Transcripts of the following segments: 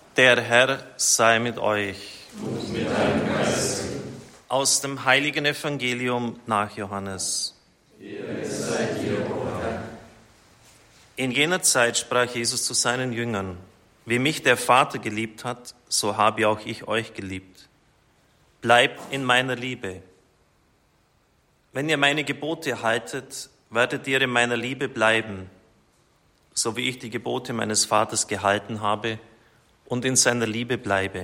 Der Herr sei mit euch. Und mit deinem Geist. Aus dem heiligen Evangelium nach Johannes. Ehre sei dir, o Herr. In jener Zeit sprach Jesus zu seinen Jüngern: Wie mich der Vater geliebt hat, so habe auch ich euch geliebt. Bleibt in meiner Liebe. Wenn ihr meine Gebote haltet, werdet ihr in meiner Liebe bleiben, so wie ich die Gebote meines Vaters gehalten habe und in seiner Liebe bleibe.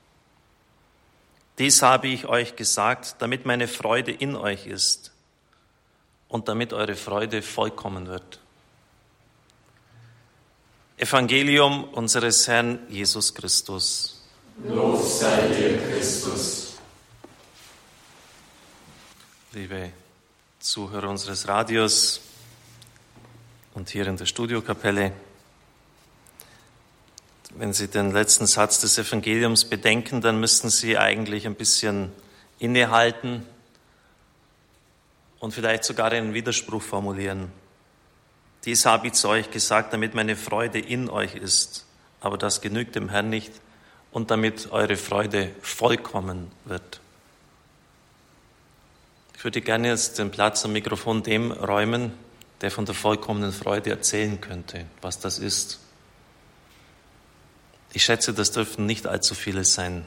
Dies habe ich euch gesagt, damit meine Freude in euch ist und damit eure Freude vollkommen wird. Evangelium unseres Herrn Jesus Christus. Lob sei dir, Christus. Liebe Zuhörer unseres Radios und hier in der Studiokapelle, wenn Sie den letzten Satz des Evangeliums bedenken, dann müssten Sie eigentlich ein bisschen innehalten und vielleicht sogar einen Widerspruch formulieren. Dies habe ich zu euch gesagt, damit meine Freude in euch ist, aber das genügt dem Herrn nicht und damit eure Freude vollkommen wird. Ich würde gerne jetzt den Platz am Mikrofon dem räumen, der von der vollkommenen Freude erzählen könnte, was das ist. Ich schätze, das dürften nicht allzu viele sein.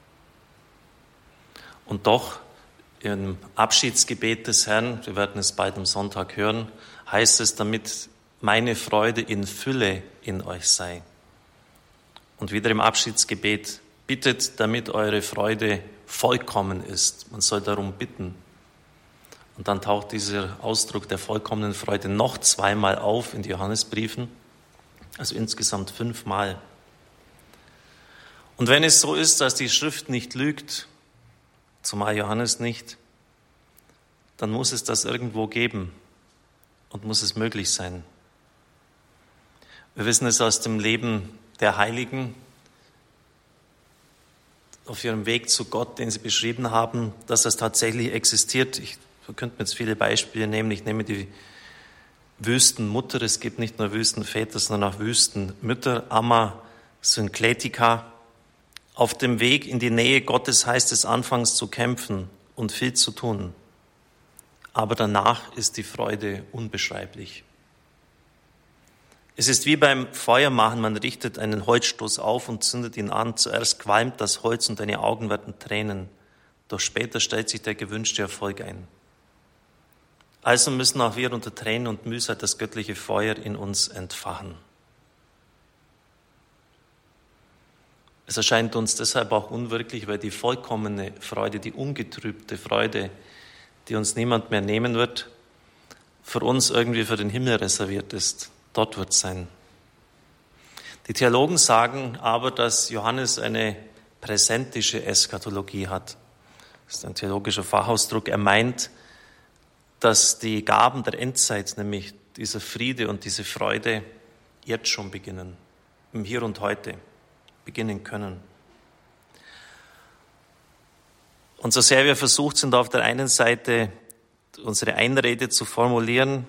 Und doch, im Abschiedsgebet des Herrn, wir werden es bald am Sonntag hören, heißt es, damit meine Freude in Fülle in euch sei. Und wieder im Abschiedsgebet, bittet, damit eure Freude vollkommen ist. Man soll darum bitten. Und dann taucht dieser Ausdruck der vollkommenen Freude noch zweimal auf in den Johannesbriefen, also insgesamt 5 Mal. Und wenn es so ist, dass die Schrift nicht lügt, zumal Johannes nicht, dann muss es das irgendwo geben und muss es möglich sein. Wir wissen es aus dem Leben der Heiligen, auf ihrem Weg zu Gott, den sie beschrieben haben, dass das tatsächlich existiert. Wir könnten jetzt viele Beispiele nehmen. Ich nehme die Wüstenmutter. Es gibt nicht nur Wüstenväter, sondern auch Wüstenmütter. Amma Synkletika. Auf dem Weg in die Nähe Gottes heißt es anfangs zu kämpfen und viel zu tun. Aber danach ist die Freude unbeschreiblich. Es ist wie beim Feuermachen. Man richtet einen Holzstoß auf und zündet ihn an. Zuerst qualmt das Holz und deine Augen werden tränen. Doch später stellt sich der gewünschte Erfolg ein. Also müssen auch wir unter Tränen und Mühsal das göttliche Feuer in uns entfachen. Es erscheint uns deshalb auch unwirklich, weil die vollkommene Freude, die ungetrübte Freude, die uns niemand mehr nehmen wird, für uns irgendwie für den Himmel reserviert ist. Dort wird es sein. Die Theologen sagen aber, dass Johannes eine präsentische Eschatologie hat. Das ist ein theologischer Fachausdruck. Er meint, dass die Gaben der Endzeit, nämlich dieser Friede und diese Freude, jetzt schon beginnen, im Hier und Heute beginnen können. Und so sehr wir versucht sind, auf der einen Seite unsere Einrede zu formulieren,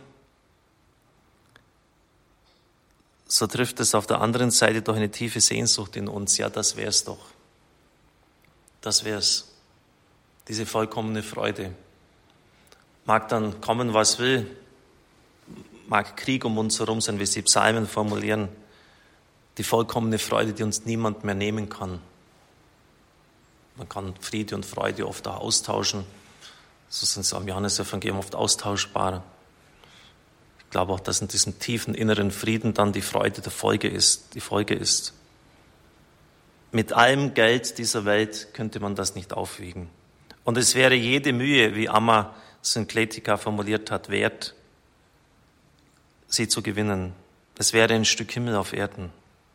so trifft es auf der anderen Seite doch eine tiefe Sehnsucht in uns. Ja, das wär's doch. Das wär's. Diese vollkommene Freude. Mag dann kommen, was will, mag Krieg um uns herum sein, wie sie Psalmen formulieren, die vollkommene Freude, die uns niemand mehr nehmen kann. Man kann Friede und Freude oft auch austauschen, so sind sie am Johannesevangelium oft austauschbar. Ich glaube auch, dass in diesem tiefen inneren Frieden dann die Freude die Folge ist. Mit allem Geld dieser Welt könnte man das nicht aufwiegen. Und es wäre jede Mühe, wie Amma Synkletika formuliert hat, wert, sie zu gewinnen. Es wäre ein Stück Himmel auf Erden.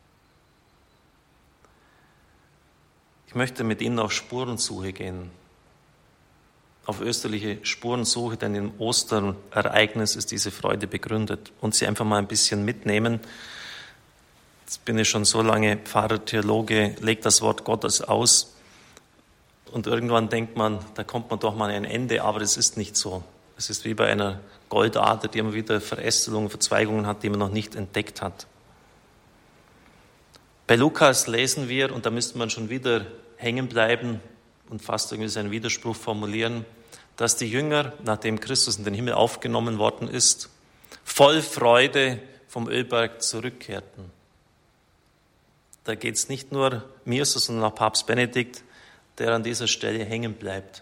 Ich möchte mit Ihnen auf Spurensuche gehen. Auf österliche Spurensuche, denn im Osterereignis ist diese Freude begründet. Und Sie einfach mal ein bisschen mitnehmen. Jetzt bin ich schon so lange Pfarrer, Theologe, lege das Wort Gottes aus. Und irgendwann denkt man, da kommt man doch mal an ein Ende, aber es ist nicht so. Es ist wie bei einer Goldader, die immer wieder Verästelungen, Verzweigungen hat, die man noch nicht entdeckt hat. Bei Lukas lesen wir, und da müsste man schon wieder hängen bleiben und fast irgendwie seinen Widerspruch formulieren, dass die Jünger, nachdem Christus in den Himmel aufgenommen worden ist, voll Freude vom Ölberg zurückkehrten. Da geht es nicht nur mir so, sondern auch Papst Benedikt, der an dieser Stelle hängen bleibt.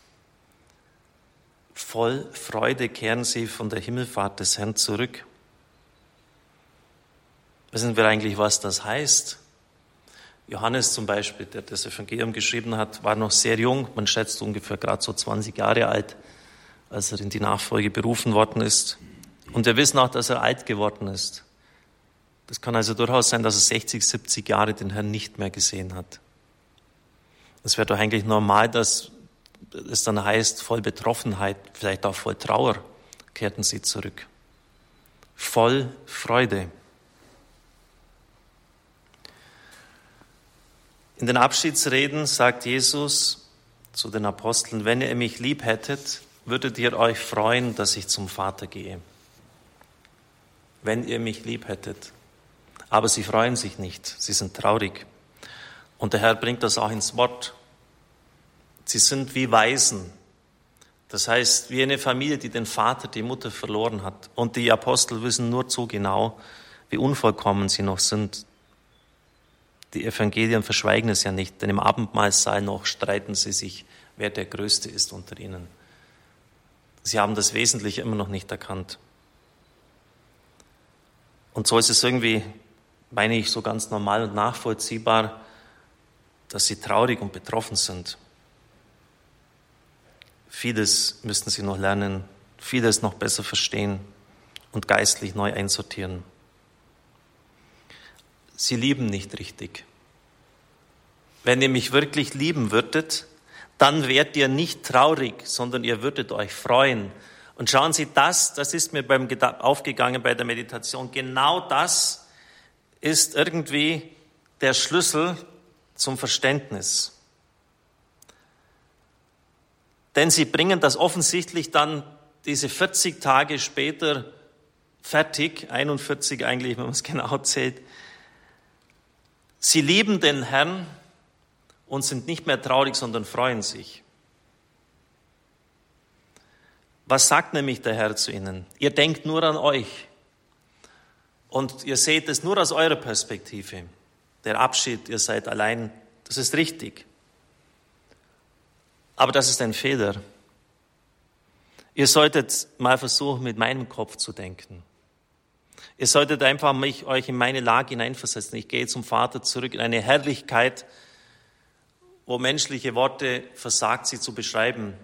Voll Freude kehren sie von der Himmelfahrt des Herrn zurück. Wissen wir eigentlich, was das heißt? Johannes zum Beispiel, der das Evangelium geschrieben hat, war noch sehr jung. Man schätzt ungefähr gerade so 20 Jahre alt, als er in die Nachfolge berufen worden ist. Und wir wissen auch, dass er alt geworden ist. Das kann also durchaus sein, dass er 60, 70 Jahre den Herrn nicht mehr gesehen hat. Es wäre doch eigentlich normal, dass es dann heißt, voll Betroffenheit, vielleicht auch voll Trauer, kehrten sie zurück. Voll Freude. In den Abschiedsreden sagt Jesus zu den Aposteln, wenn ihr mich lieb hättet, würdet ihr euch freuen, dass ich zum Vater gehe. Wenn ihr mich lieb hättet. Aber sie freuen sich nicht, sie sind traurig. Und der Herr bringt das auch ins Wort. Sie sind wie Waisen. Das heißt, wie eine Familie, die den Vater, die Mutter verloren hat. Und die Apostel wissen nur zu genau, wie unvollkommen sie noch sind. Die Evangelien verschweigen es ja nicht, denn im Abendmahlsaal noch streiten sie sich, wer der Größte ist unter ihnen. Sie haben das Wesentliche immer noch nicht erkannt. Und so ist es irgendwie, meine ich, so ganz normal und nachvollziehbar, dass sie traurig und betroffen sind. Vieles müssten sie noch lernen, vieles noch besser verstehen und geistlich neu einsortieren. Sie lieben nicht richtig. Wenn ihr mich wirklich lieben würdet, dann wärt ihr nicht traurig, sondern ihr würdet euch freuen. Und schauen Sie, das ist mir aufgegangen bei der Meditation. Genau das ist irgendwie der Schlüssel zum Verständnis. Denn sie bringen das offensichtlich dann diese 40 Tage später fertig, 41 eigentlich, wenn man es genau zählt. Sie lieben den Herrn und sind nicht mehr traurig, sondern freuen sich. Was sagt nämlich der Herr zu ihnen? Ihr denkt nur an euch und ihr seht es nur aus eurer Perspektive. Der Abschied, ihr seid allein, das ist richtig. Aber das ist ein Fehler. Ihr solltet mal versuchen, mit meinem Kopf zu denken. Ihr solltet einfach euch in meine Lage hineinversetzen. Ich gehe zum Vater zurück in eine Herrlichkeit, wo menschliche Worte versagt, sie zu beschreiben.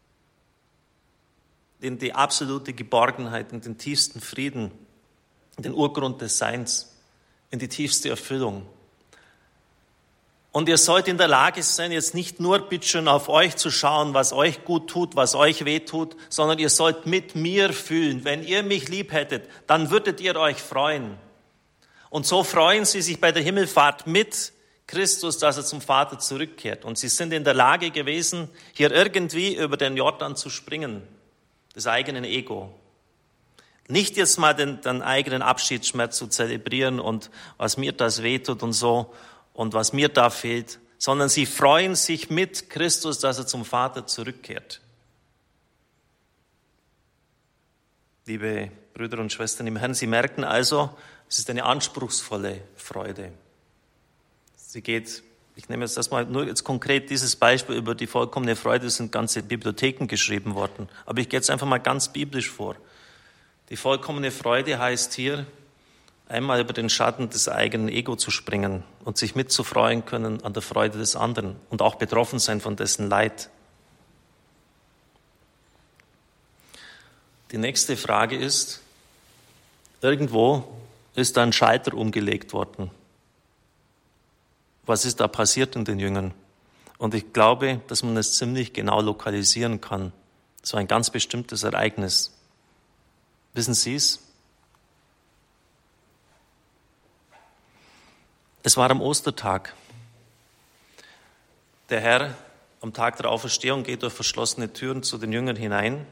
In die absolute Geborgenheit, in den tiefsten Frieden, in den Urgrund des Seins, in die tiefste Erfüllung. Und ihr sollt in der Lage sein, jetzt nicht nur bitteschön auf euch zu schauen, was euch gut tut, was euch weh tut, sondern ihr sollt mit mir fühlen. Wenn ihr mich lieb hättet, dann würdet ihr euch freuen. Und so freuen sie sich bei der Himmelfahrt mit Christus, dass er zum Vater zurückkehrt. Und sie sind in der Lage gewesen, hier irgendwie über den Jordan zu springen, des eigenen Ego. Nicht jetzt mal den eigenen Abschiedsschmerz zu zelebrieren und was mir das wehtut und so und was mir da fehlt, sondern sie freuen sich mit Christus, dass er zum Vater zurückkehrt. Liebe Brüder und Schwestern im Herrn, Sie merken also, es ist eine anspruchsvolle Freude. Sie geht, ich nehme jetzt erstmal nur jetzt konkret dieses Beispiel über die vollkommene Freude, es sind ganze Bibliotheken geschrieben worden, aber ich gehe jetzt einfach mal ganz biblisch vor. Die vollkommene Freude heißt hier, einmal über den Schatten des eigenen Ego zu springen und sich mitzufreuen können an der Freude des anderen und auch betroffen sein von dessen Leid. Die nächste Frage ist, irgendwo ist da ein Schalter umgelegt worden. Was ist da passiert in den Jüngern? Und ich glaube, dass man es ziemlich genau lokalisieren kann. So ein ganz bestimmtes Ereignis. Wissen Sie es? Es war am Ostertag. Der Herr am Tag der Auferstehung geht durch verschlossene Türen zu den Jüngern hinein.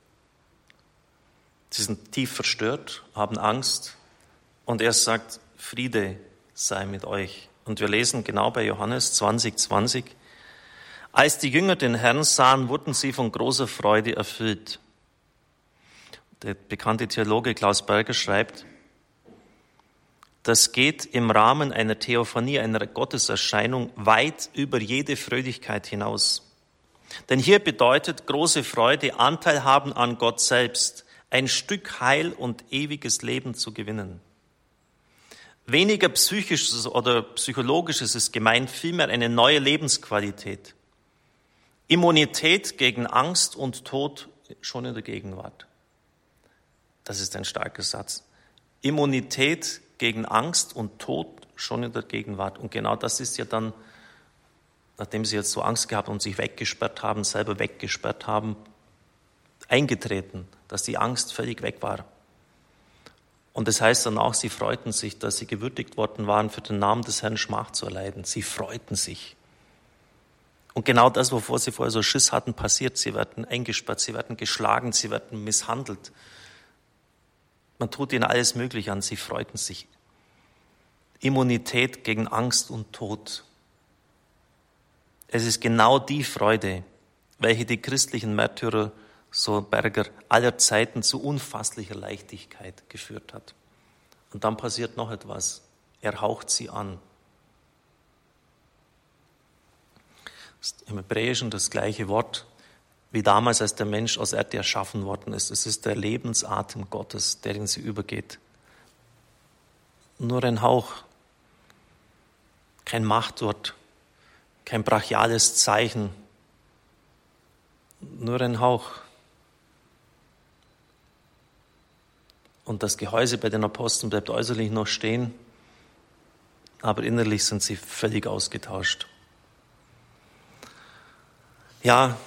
Sie sind tief verstört, haben Angst und er sagt, Friede sei mit euch. Und wir lesen genau bei Johannes 20,20: Als die Jünger den Herrn sahen, wurden sie von großer Freude erfüllt. Der bekannte Theologe Klaus Berger schreibt, das geht im Rahmen einer Theophanie, einer Gotteserscheinung, weit über jede Fröhlichkeit hinaus. Denn hier bedeutet große Freude, Anteil haben an Gott selbst, ein Stück Heil und ewiges Leben zu gewinnen. Weniger psychisches oder psychologisches ist gemeint, vielmehr eine neue Lebensqualität. Immunität gegen Angst und Tod schon in der Gegenwart. Das ist ein starker Satz. Immunität gegen Angst und Tod schon in der Gegenwart. Und genau das ist ja dann, nachdem sie jetzt so Angst gehabt und sich weggesperrt haben, selber weggesperrt haben, eingetreten, dass die Angst völlig weg war. Und das heißt dann auch, sie freuten sich, dass sie gewürdigt worden waren, für den Namen des Herrn Schmach zu erleiden. Sie freuten sich. Und genau das, wovor sie vorher so Schiss hatten, passiert. Sie werden eingesperrt, sie werden geschlagen, sie werden misshandelt. Man tut ihnen alles Mögliche an, sie freuten sich. Immunität gegen Angst und Tod. Es ist genau die Freude, welche die christlichen Märtyrer, so Berger, aller Zeiten zu unfasslicher Leichtigkeit geführt hat. Und dann passiert noch etwas. Er haucht sie an. Im Hebräischen das gleiche Wort wie damals, als der Mensch aus Erde erschaffen worden ist. Es ist der Lebensatem Gottes, der in sie übergeht. Nur ein Hauch, kein Machtwort, kein brachiales Zeichen, nur ein Hauch. Und das Gehäuse bei den Aposteln bleibt äußerlich noch stehen, aber innerlich sind sie völlig ausgetauscht. Ja,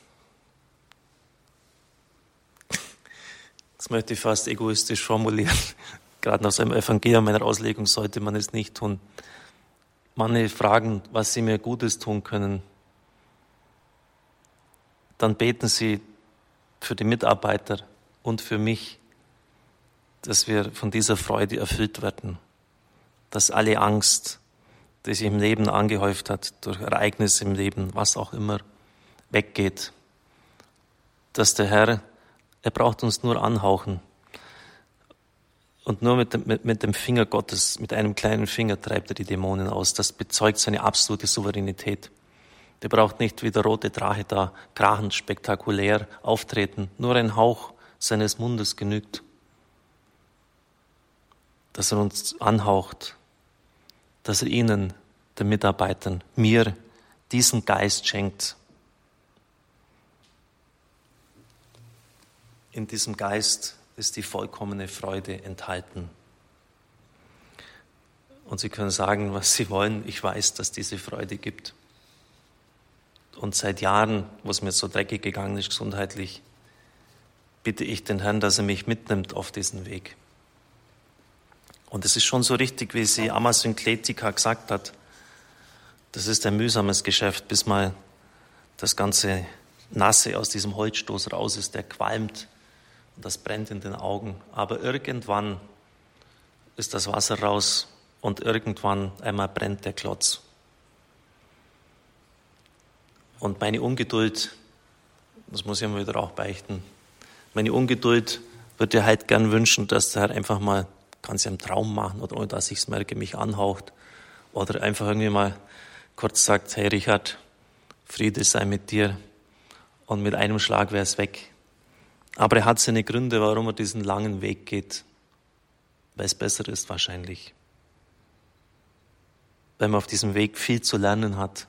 das möchte ich fast egoistisch formulieren. Gerade nach so einem Evangelium meiner Auslegung sollte man es nicht tun. Manche fragen, was sie mir Gutes tun können. Dann beten sie für die Mitarbeiter und für mich, dass wir von dieser Freude erfüllt werden. Dass alle Angst, die sich im Leben angehäuft hat, durch Ereignisse im Leben, was auch immer, weggeht. Dass der Herr, er braucht uns nur anhauchen. Und nur mit dem Finger Gottes, mit einem kleinen Finger treibt er die Dämonen aus. Das bezeugt seine absolute Souveränität. Der braucht nicht wie der rote Drache da krachend, spektakulär auftreten. Nur ein Hauch seines Mundes genügt. Dass er uns anhaucht. Dass er ihnen, den Mitarbeitern, mir diesen Geist schenkt. In diesem Geist ist die vollkommene Freude enthalten. Und Sie können sagen, was Sie wollen. Ich weiß, dass diese Freude gibt. Und seit Jahren, wo es mir so dreckig gegangen ist, gesundheitlich, bitte ich den Herrn, dass er mich mitnimmt auf diesen Weg. Und es ist schon so richtig, wie sie Amasynkletika gesagt hat. Das ist ein mühsames Geschäft, bis mal das ganze Nasse aus diesem Holzstoß raus ist, der qualmt. Und das brennt in den Augen. Aber irgendwann ist das Wasser raus und irgendwann einmal brennt der Klotz. Und meine Ungeduld, das muss ich mir wieder auch beichten, meine Ungeduld würde halt gern wünschen, dass der Herr einfach mal, kann es ja im Traum machen oder ohne dass ich es merke, mich anhaucht oder einfach irgendwie mal kurz sagt, hey Richard, Friede sei mit dir, und mit einem Schlag wäre es weg. Aber er hat seine Gründe, warum er diesen langen Weg geht, weil es besser ist wahrscheinlich. Weil man auf diesem Weg viel zu lernen hat.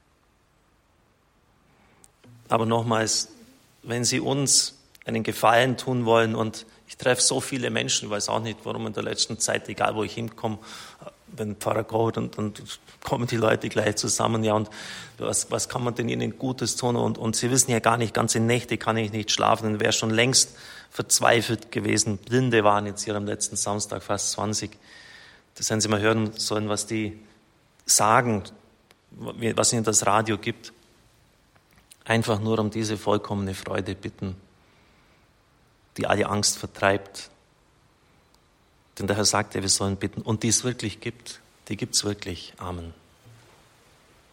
Aber nochmals, wenn Sie uns einen Gefallen tun wollen, und ich treffe so viele Menschen, ich weiß auch nicht, warum in der letzten Zeit, egal wo ich hinkomme, wenn Pfarrer kommt und dann kommen die Leute gleich zusammen, ja, und was kann man denn ihnen Gutes tun? Und sie wissen ja gar nicht, ganze Nächte kann ich nicht schlafen, und wäre schon längst verzweifelt gewesen. Blinde waren jetzt hier am letzten Samstag, fast 20. Das hätten Sie mal hören sollen, was die sagen, was ihnen das Radio gibt. Einfach nur um diese vollkommene Freude bitten, die alle Angst vertreibt. Denn der Herr sagt ja, wir sollen bitten, und die es wirklich gibt. die gibt's wirklich. Amen.